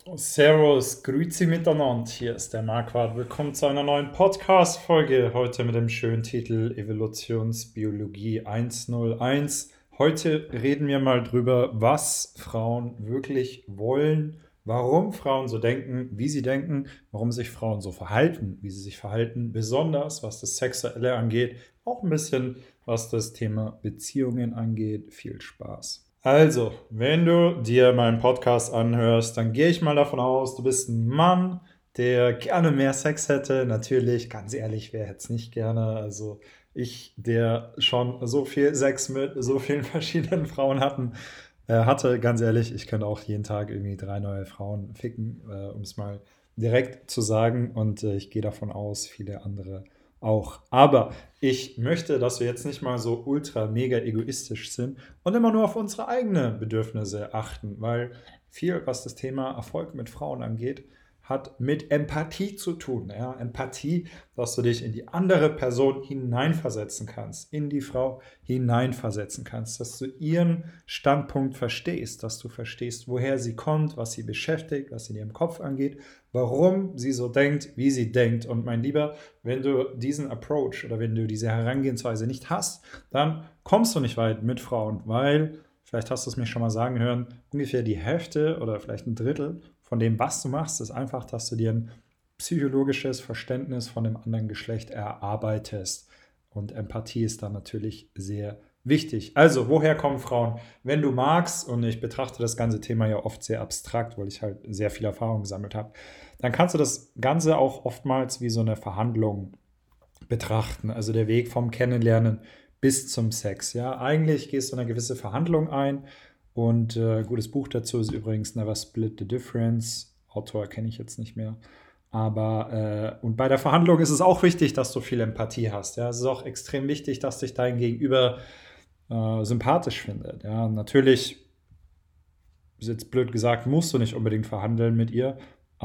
Servus, grüezi miteinander. Hier ist der Marquardt. Willkommen zu einer neuen Podcast-Folge. Heute mit dem schönen Titel Evolutionsbiologie 101. Heute reden wir mal drüber, was Frauen wirklich wollen, warum Frauen so denken, wie sie denken, warum sich Frauen so verhalten, wie sie sich verhalten, besonders was das Sexuelle angeht, auch ein bisschen was das Thema Beziehungen angeht. Viel Spaß. Also, wenn du dir meinen Podcast anhörst, dann gehe ich mal davon aus, du bist ein Mann, der gerne mehr Sex hätte. Natürlich, ganz ehrlich, wer hätte es nicht gerne? Also ich, der schon so viel Sex mit so vielen verschiedenen Frauen hatte, ganz ehrlich, ich könnte auch jeden Tag irgendwie 3 neue Frauen ficken, um es mal direkt zu sagen. Und ich gehe davon aus, viele andere auch. Aber ich möchte, dass wir jetzt nicht mal so ultra mega egoistisch sind und immer nur auf unsere eigenen Bedürfnisse achten, weil viel, was das Thema Erfolg mit Frauen angeht, hat mit Empathie zu tun. Ja? Empathie, dass du dich in die andere Person hineinversetzen kannst, in die Frau hineinversetzen kannst, dass du ihren Standpunkt verstehst, dass du verstehst, woher sie kommt, was sie beschäftigt, was in ihrem Kopf angeht, warum sie so denkt, wie sie denkt. Und mein Lieber, wenn du diesen Approach oder wenn du diese Herangehensweise nicht hast, dann kommst du nicht weit mit Frauen, weil, vielleicht hast du es mir schon mal sagen hören, ungefähr die Hälfte oder vielleicht ein Drittel von dem, was du machst, ist einfach, dass du dir ein psychologisches Verständnis von dem anderen Geschlecht erarbeitest. Und Empathie ist dann natürlich sehr wichtig. Also, woher kommen Frauen? Wenn du magst, und ich betrachte das ganze Thema ja oft sehr abstrakt, weil ich halt sehr viel Erfahrung gesammelt habe, dann kannst du das Ganze auch oftmals wie so eine Verhandlung betrachten. Also der Weg vom Kennenlernen bis zum Sex. Ja, eigentlich gehst du eine gewisse Verhandlung ein und gutes Buch dazu ist übrigens Never Split the Difference. Autor kenne ich jetzt nicht mehr. Aber und bei der Verhandlung ist es auch wichtig, dass du viel Empathie hast. Ja, es ist auch extrem wichtig, dass dich dein Gegenüber sympathisch findet. Ja, natürlich ist jetzt blöd gesagt, musst du nicht unbedingt verhandeln mit ihr,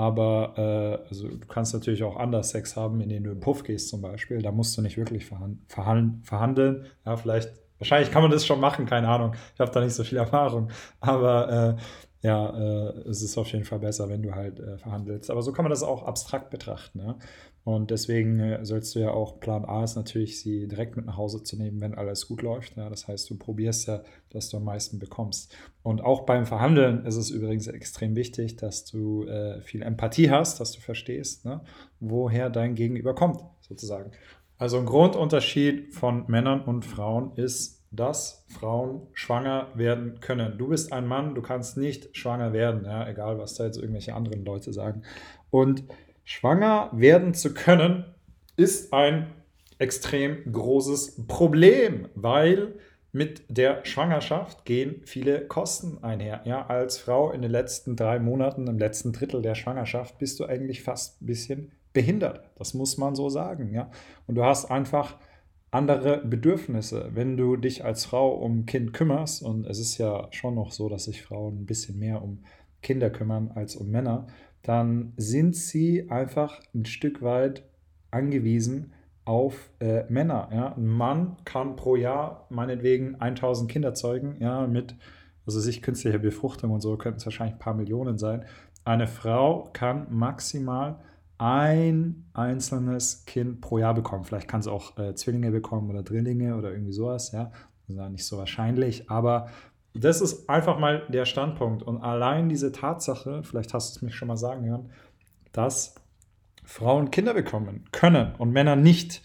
aber also du kannst natürlich auch anders Sex haben, indem du in den Puff gehst zum Beispiel. Da musst du nicht wirklich verhandeln. Ja, vielleicht, wahrscheinlich kann man das schon machen, keine Ahnung. Ich habe da nicht so viel Erfahrung. Aber ja, es ist auf jeden Fall besser, wenn du halt verhandelst. Aber so kann man das auch abstrakt betrachten. Ja? Und deswegen sollst du ja auch, Plan A ist natürlich, sie direkt mit nach Hause zu nehmen, wenn alles gut läuft. Ja? Das heißt, du probierst ja, dass du am meisten bekommst. Und auch beim Verhandeln ist es übrigens extrem wichtig, dass du viel Empathie hast, dass du verstehst, ne, woher dein Gegenüber kommt, sozusagen. Also ein Grundunterschied von Männern und Frauen ist, dass Frauen schwanger werden können. Du bist ein Mann, du kannst nicht schwanger werden, ja, egal was da jetzt irgendwelche anderen Leute sagen. Und schwanger werden zu können, ist ein extrem großes Problem, weil mit der Schwangerschaft gehen viele Kosten einher. Ja, als Frau in den letzten 3 Monaten, im letzten Drittel der Schwangerschaft, bist du eigentlich fast ein bisschen behindert. Das muss man so sagen. Ja? Und du hast einfach andere Bedürfnisse. Wenn du dich als Frau um ein Kind kümmerst, und es ist ja schon noch so, dass sich Frauen ein bisschen mehr um Kinder kümmern als um Männer, dann sind sie einfach ein Stück weit angewiesen auf Männer. Ja? Ein Mann kann pro Jahr meinetwegen 1000 Kinder zeugen, ja, mit, also sich künstlicher Befruchtung und so könnten es wahrscheinlich ein paar Millionen sein. Eine Frau kann maximal ein einzelnes Kind pro Jahr bekommen. Vielleicht kann sie auch Zwillinge bekommen oder Drillinge oder irgendwie sowas, ja. Das ist ja nicht so wahrscheinlich, aber das ist einfach mal der Standpunkt. Und allein diese Tatsache, vielleicht hast du es mich schon mal sagen hören, dass Frauen Kinder bekommen können und Männer nicht,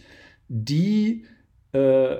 die äh,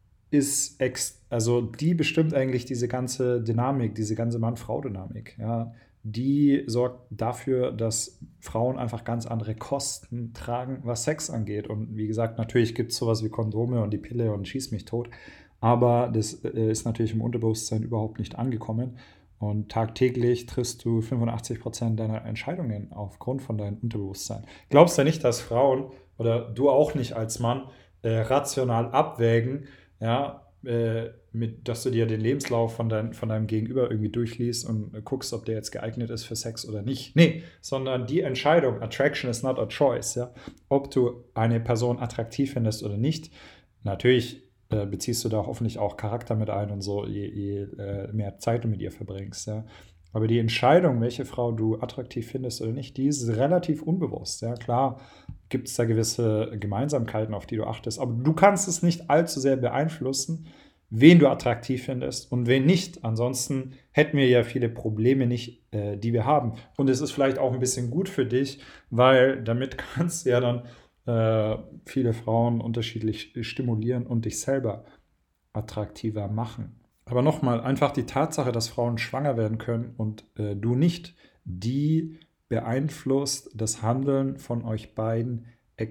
also die bestimmt eigentlich diese ganze Dynamik, diese ganze Mann-Frau-Dynamik. Ja. Die sorgt dafür, dass Frauen einfach ganz andere Kosten tragen, was Sex angeht. Und wie gesagt, natürlich gibt es sowas wie Kondome und die Pille und schieß mich tot. Aber das ist natürlich im Unterbewusstsein überhaupt nicht angekommen. Und tagtäglich triffst du 85% deiner Entscheidungen aufgrund von deinem Unterbewusstsein. Glaubst du nicht, dass Frauen oder du auch nicht als Mann rational abwägen, ja, dass du dir den Lebenslauf von deinem Gegenüber irgendwie durchliest und guckst, ob der jetzt geeignet ist für Sex oder nicht. Nee, sondern die Entscheidung, Attraction is not a choice, ja, ob du eine Person attraktiv findest oder nicht. Natürlich beziehst du da hoffentlich auch Charakter mit ein und so, je mehr Zeit du mit ihr verbringst. Ja. Aber die Entscheidung, welche Frau du attraktiv findest oder nicht, die ist relativ unbewusst. Ja, klar gibt es da gewisse Gemeinsamkeiten, auf die du achtest, aber du kannst es nicht allzu sehr beeinflussen, wen du attraktiv findest und wen nicht. Ansonsten hätten wir ja viele Probleme nicht, die wir haben. Und es ist vielleicht auch ein bisschen gut für dich, weil damit kannst du ja dann viele Frauen unterschiedlich stimulieren und dich selber attraktiver machen. Aber nochmal, einfach die Tatsache, dass Frauen schwanger werden können und du nicht, die beeinflusst das Handeln von euch beiden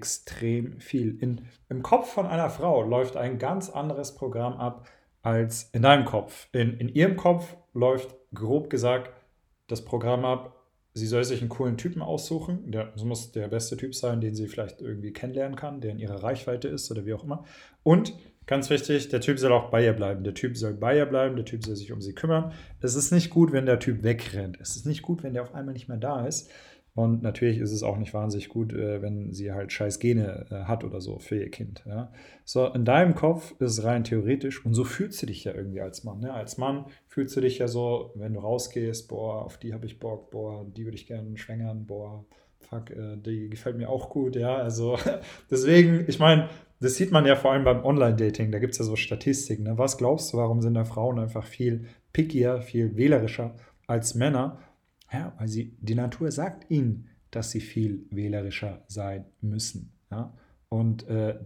extrem viel. Im Kopf von einer Frau läuft ein ganz anderes Programm ab als in deinem Kopf. In ihrem Kopf läuft grob gesagt das Programm ab, sie soll sich einen coolen Typen aussuchen. Das muss der beste Typ sein, den sie vielleicht irgendwie kennenlernen kann, der in ihrer Reichweite ist oder wie auch immer. Und ganz wichtig, der Typ soll auch bei ihr bleiben. Der Typ soll bei ihr bleiben, der Typ soll sich um sie kümmern. Es ist nicht gut, wenn der Typ wegrennt. Es ist nicht gut, wenn der auf einmal nicht mehr da ist. Und natürlich ist es auch nicht wahnsinnig gut, wenn sie halt scheiß Gene hat oder so für ihr Kind. Ja. So, in deinem Kopf ist es rein theoretisch und so fühlst du dich ja irgendwie als Mann. Ne? Als Mann fühlst du dich ja so, wenn du rausgehst, boah, auf die habe ich Bock, boah, die würde ich gerne schwängern, boah, fuck, die gefällt mir auch gut, ja. Also deswegen, ich meine, das sieht man ja vor allem beim Online-Dating, da gibt es ja so Statistiken. Ne? Was glaubst du, warum sind da Frauen einfach viel pickier, viel wählerischer als Männer? Ja, weil die Natur sagt ihnen, dass sie viel wählerischer sein müssen. Ja? Und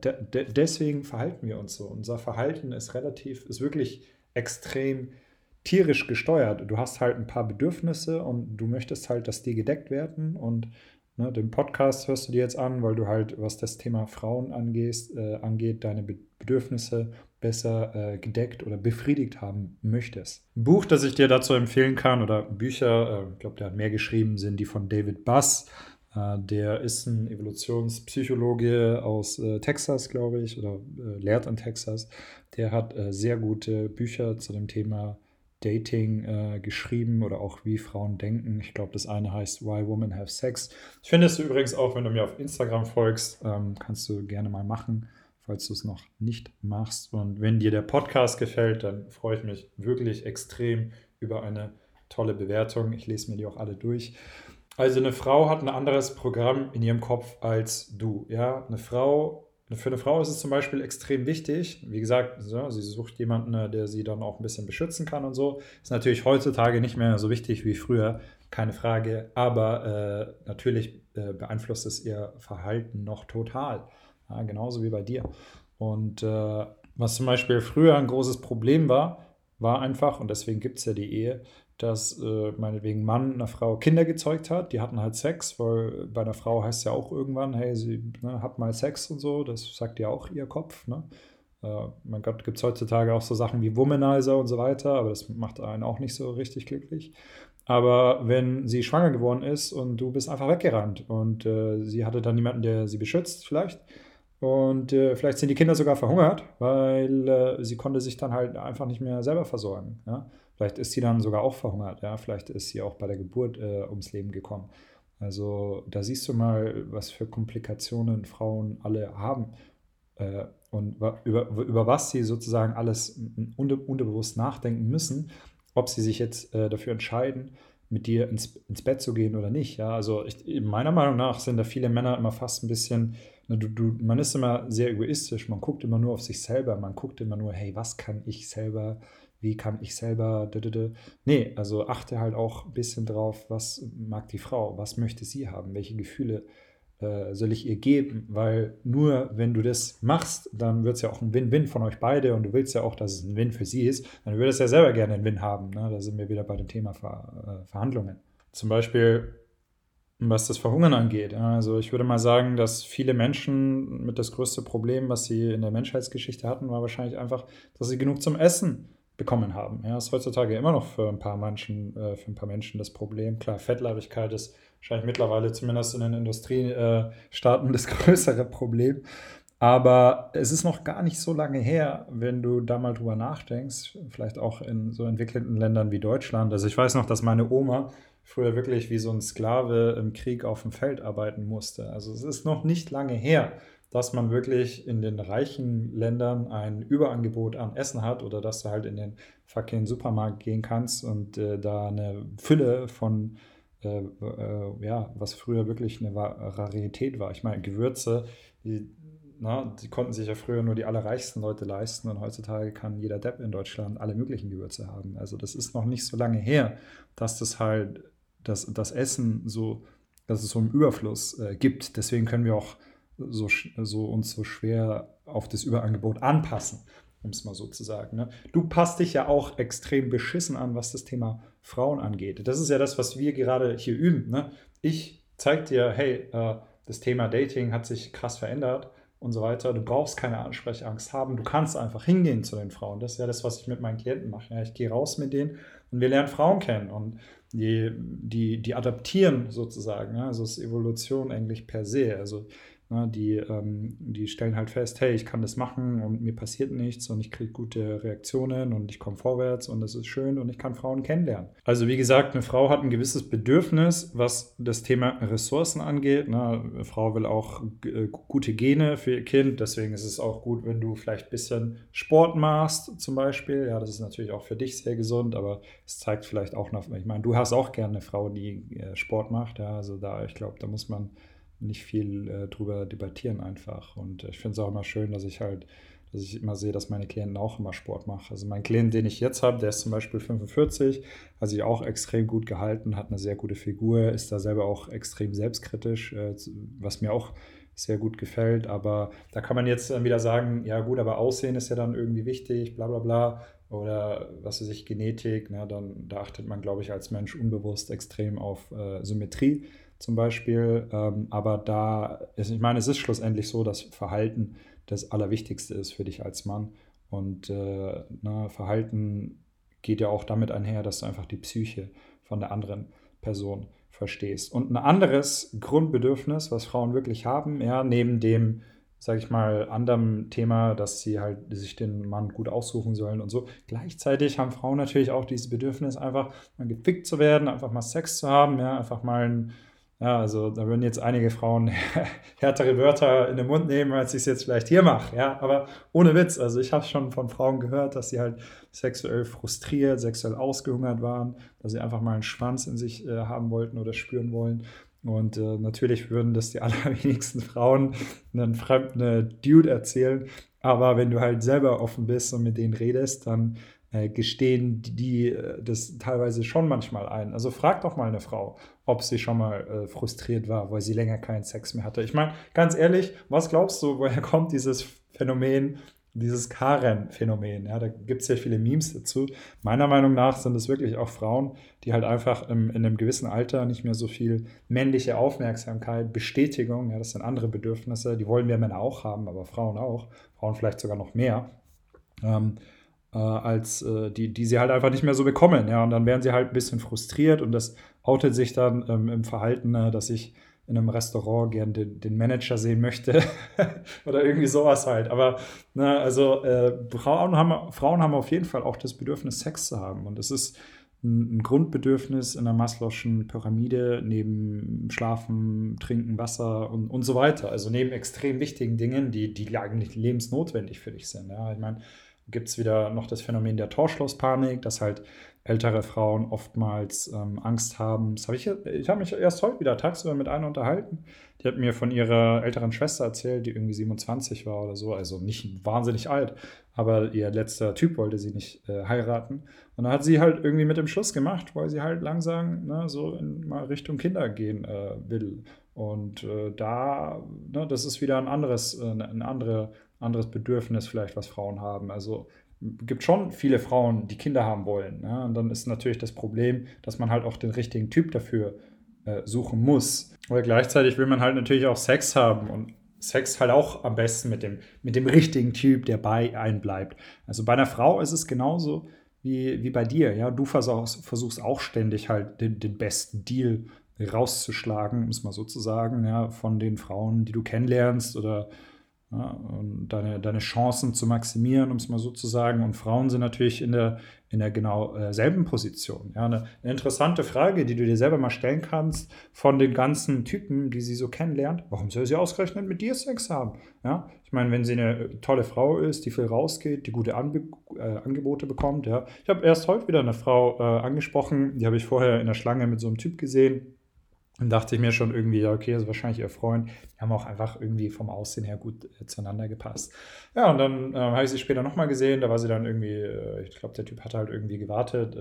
deswegen verhalten wir uns so. Unser Verhalten ist wirklich extrem tierisch gesteuert. Du hast halt ein paar Bedürfnisse und du möchtest halt, dass die gedeckt werden. Und ne, den Podcast hörst du dir jetzt an, weil du halt, was das Thema Frauen angeht, deine Bedürfnisse besser gedeckt oder befriedigt haben möchtest. Ein Buch, das ich dir dazu empfehlen kann, oder Bücher, ich glaube, der hat mehr geschrieben, sind die von David Buss. Der ist ein Evolutionspsychologe aus Texas, glaube ich, oder lehrt in Texas. Der hat sehr gute Bücher zu dem Thema Dating geschrieben oder auch wie Frauen denken. Ich glaube, das eine heißt Why Women Have Sex. Ich finde es übrigens auch, wenn du mir auf Instagram folgst, kannst du gerne mal machen, falls du es noch nicht machst. Und wenn dir der Podcast gefällt, dann freue ich mich wirklich extrem über eine tolle Bewertung. Ich lese mir die auch alle durch. Also eine Frau hat ein anderes Programm in ihrem Kopf als du. Ja? Für eine Frau ist es zum Beispiel extrem wichtig, wie gesagt, so, sie sucht jemanden, der sie dann auch ein bisschen beschützen kann und so. Ist natürlich heutzutage nicht mehr so wichtig wie früher, keine Frage, aber natürlich beeinflusst es ihr Verhalten noch total. Ja, genauso wie bei dir. Und was zum Beispiel früher ein großes Problem war einfach, und deswegen gibt es ja die Ehe, dass meinetwegen Mann einer Frau Kinder gezeugt hat. Die hatten halt Sex, weil bei einer Frau heißt es ja auch irgendwann, hey, sie hat mal Sex und so. Das sagt ja auch ihr Kopf. Ne? Mein Gott, gibt es heutzutage auch so Sachen wie Womanizer und so weiter, aber das macht einen auch nicht so richtig glücklich. Aber wenn sie schwanger geworden ist und du bist einfach weggerannt und sie hatte dann niemanden, der sie beschützt vielleicht, und vielleicht sind die Kinder sogar verhungert, weil sie konnte sich dann halt einfach nicht mehr selber versorgen. Ja? Vielleicht ist sie dann sogar auch verhungert. Ja? Vielleicht ist sie auch bei der Geburt ums Leben gekommen. Also da siehst du mal, was für Komplikationen Frauen alle haben und über was sie sozusagen alles unterbewusst nachdenken müssen, ob sie sich jetzt dafür entscheiden, mit dir ins Bett zu gehen oder nicht. Ja? Also meiner Meinung nach sind da viele Männer immer fast ein bisschen, man ist immer sehr egoistisch, man guckt immer nur auf sich selber, man guckt immer nur, hey, was kann ich selber, wie kann ich selber, Nee, also achte halt auch ein bisschen drauf, was mag die Frau, was möchte sie haben, welche Gefühle soll ich ihr geben, weil nur wenn du das machst, dann wird es ja auch ein Win-Win von euch beide und du willst ja auch, dass es ein Win für sie ist, dann würdest du ja selber gerne einen Win haben. Ne? Da sind wir wieder bei dem Thema Verhandlungen. Zum Beispiel, was das Verhungern angeht. Also ich würde mal sagen, dass viele Menschen mit das größte Problem, was sie in der Menschheitsgeschichte hatten, war wahrscheinlich einfach, dass sie genug zum Essen bekommen haben. Ja, das ist heutzutage immer noch für ein paar Menschen das Problem. Klar, Fettleibigkeit ist wahrscheinlich mittlerweile zumindest in den Industriestaaten das größere Problem. Aber es ist noch gar nicht so lange her, wenn du da mal drüber nachdenkst, vielleicht auch in so entwickelten Ländern wie Deutschland. Also ich weiß noch, dass meine Oma früher wirklich wie so ein Sklave im Krieg auf dem Feld arbeiten musste. Also es ist noch nicht lange her, dass man wirklich in den reichen Ländern ein Überangebot an Essen hat oder dass du halt in den fucking Supermarkt gehen kannst und da eine Fülle von, ja, was früher wirklich eine Rarität war. Ich meine, Gewürze, die, die konnten sich ja früher nur die allerreichsten Leute leisten und heutzutage kann jeder Depp in Deutschland alle möglichen Gewürze haben. Also das ist noch nicht so lange her, dass das halt, das Essen so, dass es so einen Überfluss gibt. Deswegen können wir auch uns so schwer auf das Überangebot anpassen, um es mal so zu sagen. Ne? Du passt dich ja auch extrem beschissen an, was das Thema Frauen angeht. Das ist ja das, was wir gerade hier üben. Ne? Ich zeige dir, hey, das Thema Dating hat sich krass verändert und so weiter. Du brauchst keine Ansprechangst haben. Du kannst einfach hingehen zu den Frauen. Das ist ja das, was ich mit meinen Klienten mache. Ja, ich gehe raus mit denen und wir lernen Frauen kennen und die adaptieren sozusagen. Ja? Also es ist Evolution eigentlich per se. Also die stellen halt fest, hey, ich kann das machen und mir passiert nichts und ich kriege gute Reaktionen und ich komme vorwärts und das ist schön und ich kann Frauen kennenlernen. Also wie gesagt, eine Frau hat ein gewisses Bedürfnis, was das Thema Ressourcen angeht. Eine Frau will auch gute Gene für ihr Kind, deswegen ist es auch gut, wenn du vielleicht ein bisschen Sport machst zum Beispiel. Ja, das ist natürlich auch für dich sehr gesund, aber es zeigt vielleicht auch noch, ich meine, du hast auch gerne eine Frau, die Sport macht. Ja, also ich glaube, da muss man nicht viel drüber debattieren einfach. Und ich finde es auch immer schön, dass ich immer sehe, dass meine Klienten auch immer Sport machen. Also mein Klient, den ich jetzt habe, der ist zum Beispiel 45, hat sich auch extrem gut gehalten, hat eine sehr gute Figur, ist da selber auch extrem selbstkritisch, was mir auch sehr gut gefällt. Aber da kann man jetzt dann wieder sagen, ja gut, aber Aussehen ist ja dann irgendwie wichtig, bla bla bla. Oder was weiß ich, Genetik, ne, da achtet man, glaube ich, als Mensch unbewusst extrem auf Symmetrie zum Beispiel. Ich meine, es ist schlussendlich so, dass Verhalten das Allerwichtigste ist für dich als Mann. Und Verhalten geht ja auch damit einher, dass du einfach die Psyche von der anderen Person verstehst. Und ein anderes Grundbedürfnis, was Frauen wirklich haben, ja, neben dem, sage ich mal, anderen Thema, dass sie halt sich den Mann gut aussuchen sollen und so. Gleichzeitig haben Frauen natürlich auch dieses Bedürfnis, einfach mal gefickt zu werden, einfach mal Sex zu haben, ja, einfach mal also da würden jetzt einige Frauen härtere Wörter in den Mund nehmen, als ich es jetzt vielleicht hier mache. Ja, aber ohne Witz, also ich habe schon von Frauen gehört, dass sie halt sexuell frustriert, sexuell ausgehungert waren, dass sie einfach mal einen Schwanz in sich haben wollten oder spüren wollen. Und natürlich würden das die allerwenigsten Frauen einen fremden Dude erzählen. Aber wenn du halt selber offen bist und mit denen redest, dann gestehen die das teilweise schon manchmal ein. Also frag doch mal eine Frau, ob sie schon mal frustriert war, weil sie länger keinen Sex mehr hatte. Ich meine, ganz ehrlich, was glaubst du, woher kommt dieses Phänomen, dieses Karen-Phänomen? Ja, da gibt es ja viele Memes dazu. Meiner Meinung nach sind es wirklich auch Frauen, die halt einfach in einem gewissen Alter nicht mehr so viel männliche Aufmerksamkeit, Bestätigung, ja, das sind andere Bedürfnisse, die wollen wir Männer auch haben, aber Frauen auch. Frauen vielleicht sogar noch mehr. Als die sie halt einfach nicht mehr so bekommen. Ja? Und dann werden sie halt ein bisschen frustriert und das outet sich dann im Verhalten, dass ich in einem Restaurant gern den Manager sehen möchte oder irgendwie sowas halt. Aber also Frauen haben auf jeden Fall auch das Bedürfnis, Sex zu haben. Und es ist ein Grundbedürfnis in der Maslow'schen Pyramide neben Schlafen, Trinken, Wasser und so weiter. Also neben extrem wichtigen Dingen, die eigentlich lebensnotwendig für dich sind. Ja? Ich meine, gibt es wieder noch das Phänomen der Torschlusspanik, dass halt ältere Frauen oftmals Angst haben. Ich habe mich erst heute wieder tagsüber mit einer unterhalten. Die hat mir von ihrer älteren Schwester erzählt, die irgendwie 27 war oder so, also nicht wahnsinnig alt, aber ihr letzter Typ wollte sie nicht heiraten. Und dann hat sie halt irgendwie mit dem Schluss gemacht, weil sie halt langsam so mal Richtung Kinder gehen will. Und das ist wieder ein anderes Bedürfnis vielleicht, was Frauen haben. Also gibt schon viele Frauen, die Kinder haben wollen. Ja? Und dann ist natürlich das Problem, dass man halt auch den richtigen Typ dafür suchen muss. Aber gleichzeitig will man halt natürlich auch Sex haben und Sex halt auch am besten mit dem richtigen Typ, der bei einem bleibt. Also bei einer Frau ist es genauso wie bei dir. Ja? Du versuchst auch ständig halt den besten Deal rauszuschlagen, um es mal so zu sagen, ja, von den Frauen, die du kennenlernst oder ja, und deine Chancen zu maximieren, um es mal so zu sagen. Und Frauen sind natürlich in der genau selben Position. Ja, eine interessante Frage, die du dir selber mal stellen kannst, von den ganzen Typen, die sie so kennenlernt: Warum soll sie ausgerechnet mit dir Sex haben? Ja, ich meine, wenn sie eine tolle Frau ist, die viel rausgeht, die gute Angebote bekommt. Ja. Ich habe erst heute wieder eine Frau angesprochen, die habe ich vorher in der Schlange mit so einem Typ gesehen. Dann dachte ich mir schon irgendwie, ja, okay, das ist wahrscheinlich ihr Freund. Die haben auch einfach irgendwie vom Aussehen her gut zueinander gepasst. Ja, und dann habe ich sie später nochmal gesehen. Da war sie dann irgendwie, ich glaube, der Typ hatte halt irgendwie gewartet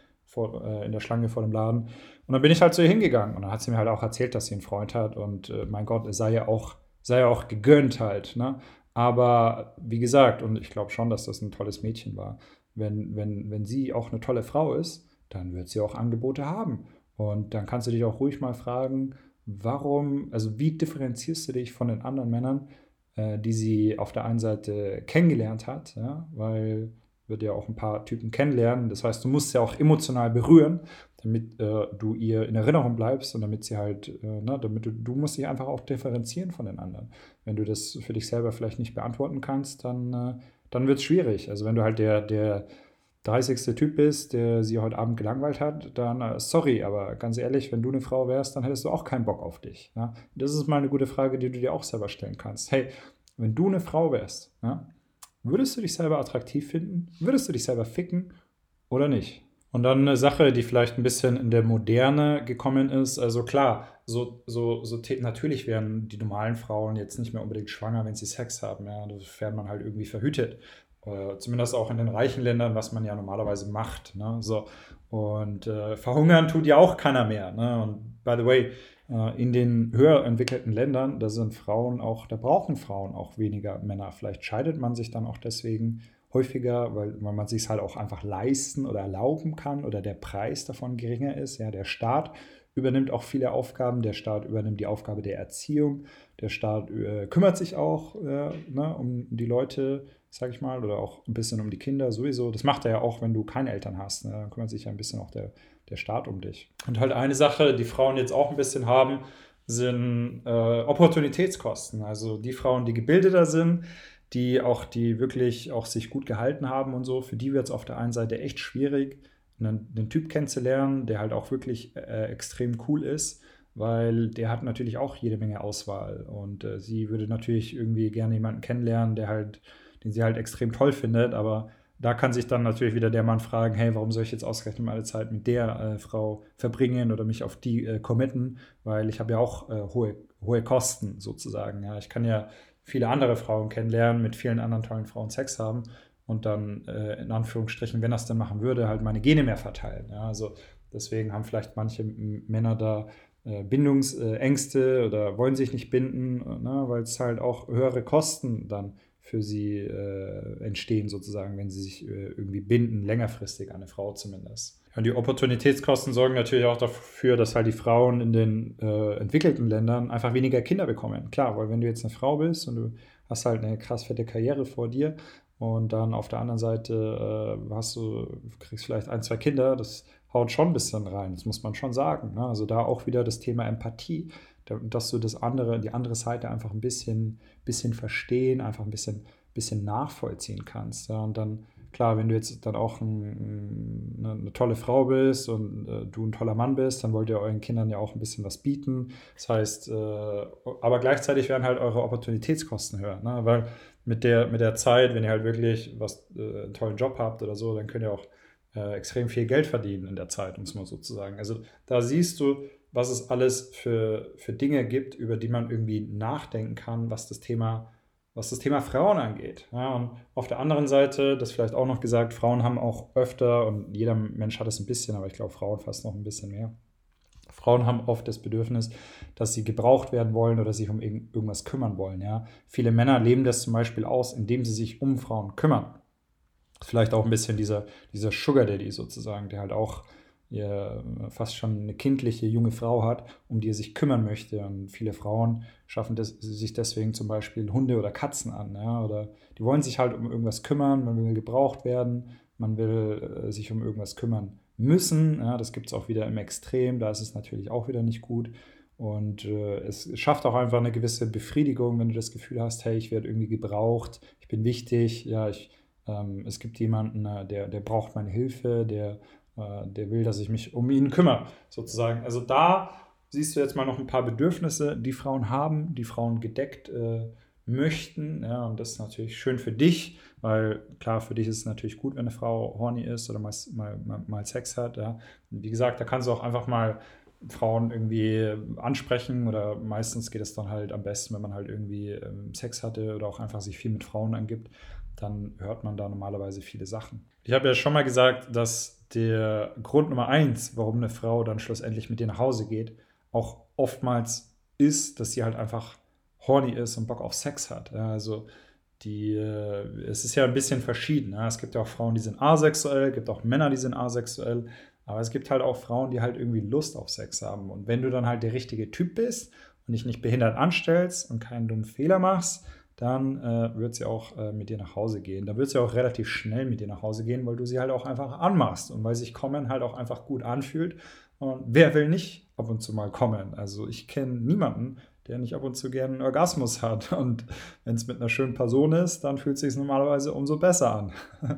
in der Schlange vor dem Laden. Und dann bin ich halt zu ihr hingegangen. Und dann hat sie mir halt auch erzählt, dass sie einen Freund hat. Und mein Gott, es sei ja auch gegönnt halt. Ne? Aber wie gesagt, und ich glaube schon, dass das ein tolles Mädchen war, wenn sie auch eine tolle Frau ist, dann wird sie auch Angebote haben. Und dann kannst du dich auch ruhig mal fragen, also wie differenzierst du dich von den anderen Männern, die sie auf der einen Seite kennengelernt hat, ja? Weil wird ja auch ein paar Typen kennenlernen. Das heißt, du musst sie auch emotional berühren, damit du ihr in Erinnerung bleibst und damit sie halt, damit du musst dich einfach auch differenzieren von den anderen. Wenn du das für dich selber vielleicht nicht beantworten kannst, dann wird es schwierig. Also wenn du halt der 30. Typ bist, der sie heute Abend gelangweilt hat, dann sorry, aber ganz ehrlich, wenn du eine Frau wärst, dann hättest du auch keinen Bock auf dich. Ja? Das ist mal eine gute Frage, die du dir auch selber stellen kannst. Hey, wenn du eine Frau wärst, ja, würdest du dich selber attraktiv finden? Würdest du dich selber ficken oder nicht? Und dann eine Sache, die vielleicht ein bisschen in der Moderne gekommen ist. Also klar, natürlich werden die normalen Frauen jetzt nicht mehr unbedingt schwanger, wenn sie Sex haben. Ja, sofern man halt irgendwie verhütet. Zumindest auch in den reichen Ländern, was man ja normalerweise macht. Ne? So. Und verhungern tut ja auch keiner mehr. Ne? Und by the way, in den höher entwickelten Ländern, da brauchen Frauen auch weniger Männer. Vielleicht scheidet man sich dann auch deswegen häufiger, weil man sich es halt auch einfach leisten oder erlauben kann oder der Preis davon geringer ist. Ja, der Staat übernimmt auch viele Aufgaben. Der Staat übernimmt die Aufgabe der Erziehung. Der Staat kümmert sich auch um die Leute, sag ich mal, oder auch ein bisschen um die Kinder sowieso. Das macht er ja auch, wenn du keine Eltern hast. Ne? Dann kümmert sich ja ein bisschen auch der Staat um dich. Und halt eine Sache, die Frauen jetzt auch ein bisschen haben, sind Opportunitätskosten. Also die Frauen, die gebildeter sind, die wirklich auch sich gut gehalten haben und so, für die wird es auf der einen Seite echt schwierig, einen Typ kennenzulernen, der halt auch wirklich extrem cool ist, weil der hat natürlich auch jede Menge Auswahl und sie würde natürlich irgendwie gerne jemanden kennenlernen, den sie halt extrem toll findet, aber da kann sich dann natürlich wieder der Mann fragen, hey, warum soll ich jetzt ausgerechnet meine Zeit mit der Frau verbringen oder mich auf die committen, weil ich habe ja auch hohe Kosten sozusagen. Ja. Ich kann ja viele andere Frauen kennenlernen, mit vielen anderen tollen Frauen Sex haben und dann in Anführungsstrichen, wenn das dann machen würde, halt meine Gene mehr verteilen. Ja. Also deswegen haben vielleicht manche Männer da Bindungsängste oder wollen sich nicht binden, ne, weil es halt auch höhere Kosten dann für sie entstehen, sozusagen, wenn sie sich irgendwie binden, längerfristig an eine Frau zumindest. Und die Opportunitätskosten sorgen natürlich auch dafür, dass halt die Frauen in den entwickelten Ländern einfach weniger Kinder bekommen. Klar, weil wenn du jetzt eine Frau bist und du hast halt eine krass fette Karriere vor dir und dann auf der anderen Seite kriegst vielleicht 1, 2 Kinder, das haut schon ein bisschen rein, das muss man schon sagen. Ne? Also da auch wieder das Thema Empathie, dass du die andere Seite einfach ein bisschen verstehen, einfach ein bisschen nachvollziehen kannst. Ja? Und dann, klar, wenn du jetzt dann auch eine tolle Frau bist und du ein toller Mann bist, dann wollt ihr euren Kindern ja auch ein bisschen was bieten. Das heißt, aber gleichzeitig werden halt eure Opportunitätskosten höher. Ne? Weil mit der Zeit, wenn ihr halt wirklich einen tollen Job habt oder so, dann könnt ihr auch extrem viel Geld verdienen in der Zeit, um es mal so zu sagen. Also da siehst du, was es alles für Dinge gibt, über die man irgendwie nachdenken kann, was das Thema Frauen angeht. Ja, und auf der anderen Seite, das vielleicht auch noch gesagt, Frauen haben auch öfter, und jeder Mensch hat es ein bisschen, aber ich glaube, Frauen fast noch ein bisschen mehr. Frauen haben oft das Bedürfnis, dass sie gebraucht werden wollen oder sich um irgendwas kümmern wollen. Ja. Viele Männer leben das zum Beispiel aus, indem sie sich um Frauen kümmern. Vielleicht auch ein bisschen dieser Sugar Daddy sozusagen, der halt auch fast schon eine kindliche junge Frau hat, um die er sich kümmern möchte. Und viele Frauen schaffen sich deswegen zum Beispiel Hunde oder Katzen an. Ja? Oder die wollen sich halt um irgendwas kümmern, man will gebraucht werden, man will sich um irgendwas kümmern müssen. Ja? Das gibt es auch wieder im Extrem, da ist es natürlich auch wieder nicht gut. Und es schafft auch einfach eine gewisse Befriedigung, wenn du das Gefühl hast, hey, ich werde irgendwie gebraucht, ich bin wichtig, ja, es gibt jemanden, der braucht meine Hilfe, der will, dass ich mich um ihn kümmere, sozusagen. Also da siehst du jetzt mal noch ein paar Bedürfnisse, die Frauen haben, die Frauen gedeckt möchten. Ja, und das ist natürlich schön für dich, weil klar, für dich ist es natürlich gut, wenn eine Frau horny ist oder mal Sex hat. Ja. Und wie gesagt, da kannst du auch einfach mal Frauen irgendwie ansprechen oder meistens geht es dann halt am besten, wenn man halt irgendwie Sex hatte oder auch einfach sich viel mit Frauen angibt, dann hört man da normalerweise viele Sachen. Ich habe ja schon mal gesagt, dass der Grund Nummer eins, warum eine Frau dann schlussendlich mit dir nach Hause geht, auch oftmals ist, dass sie halt einfach horny ist und Bock auf Sex hat. Ja, also es ist ja ein bisschen verschieden. Ja. Es gibt ja auch Frauen, die sind asexuell, es gibt auch Männer, die sind asexuell. Aber es gibt halt auch Frauen, die halt irgendwie Lust auf Sex haben. Und wenn du dann halt der richtige Typ bist und dich nicht behindert anstellst und keinen dummen Fehler machst, dann wird sie auch mit dir nach Hause gehen. Dann wird sie auch relativ schnell mit dir nach Hause gehen, weil du sie halt auch einfach anmachst und weil sich Kommen halt auch einfach gut anfühlt. Und wer will nicht ab und zu mal kommen? Also ich kenne niemanden, der nicht ab und zu gerne einen Orgasmus hat. Und wenn es mit einer schönen Person ist, dann fühlt es sich normalerweise umso besser an.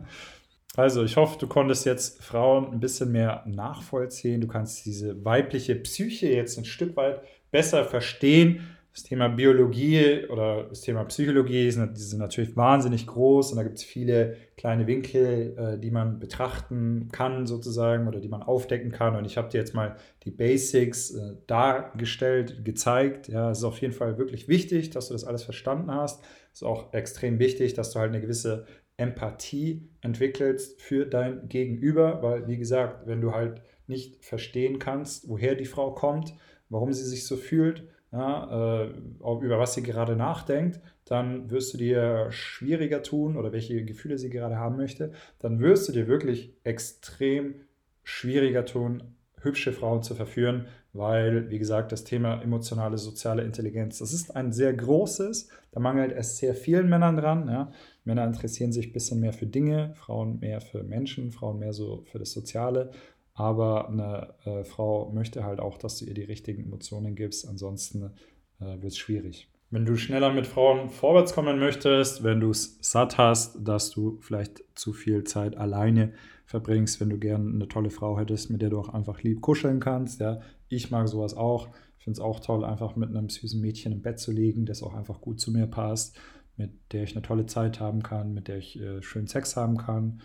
Also, ich hoffe, du konntest jetzt Frauen ein bisschen mehr nachvollziehen. Du kannst diese weibliche Psyche jetzt ein Stück weit besser verstehen. Das Thema Biologie oder das Thema Psychologie die sind natürlich wahnsinnig groß und da gibt es viele kleine Winkel, die man betrachten kann sozusagen oder die man aufdecken kann. Und ich habe dir jetzt mal die Basics dargestellt, gezeigt. Ja, es ist auf jeden Fall wirklich wichtig, dass du das alles verstanden hast. Es ist auch extrem wichtig, dass du halt eine gewisse Empathie entwickelst für dein Gegenüber, weil, wie gesagt, wenn du halt nicht verstehen kannst, woher die Frau kommt, warum sie sich so fühlt, ja, auch über was sie gerade nachdenkt, dann wirst du dir schwieriger tun oder welche Gefühle sie gerade haben möchte, dann wirst du dir wirklich extrem schwieriger tun, hübsche Frauen zu verführen, weil, wie gesagt, das Thema emotionale, soziale Intelligenz, das ist ein sehr großes, da mangelt es sehr vielen Männern dran, ja. Männer interessieren sich ein bisschen mehr für Dinge, Frauen mehr für Menschen, Frauen mehr so für das Soziale. Aber eine Frau möchte halt auch, dass du ihr die richtigen Emotionen gibst, ansonsten wird es schwierig. Wenn du schneller mit Frauen vorwärts kommen möchtest, wenn du es satt hast, dass du vielleicht zu viel Zeit alleine verbringst, wenn du gerne eine tolle Frau hättest, mit der du auch einfach lieb kuscheln kannst. Ja. Ich mag sowas auch. Ich finde es auch toll, einfach mit einem süßen Mädchen im Bett zu liegen, das auch einfach gut zu mir passt, mit der ich eine tolle Zeit haben kann, mit der ich schön Sex haben kann,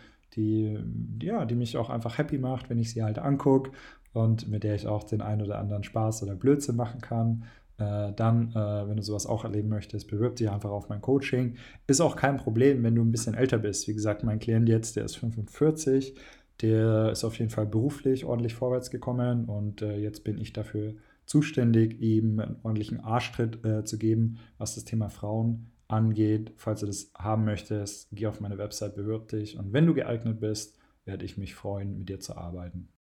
die mich auch einfach happy macht, wenn ich sie halt angucke und mit der ich auch den ein oder anderen Spaß oder Blödsinn machen kann. Wenn du sowas auch erleben möchtest, bewirb dich einfach auf mein Coaching. Ist auch kein Problem, wenn du ein bisschen älter bist. Wie gesagt, mein Klient jetzt, der ist 45, der ist auf jeden Fall beruflich ordentlich vorwärts gekommen und jetzt bin ich dafür zuständig, ihm einen ordentlichen Arschtritt zu geben, was das Thema Frauen angeht. Falls du das haben möchtest, geh auf meine Website, bewirb dich und wenn du geeignet bist, werde ich mich freuen, mit dir zu arbeiten.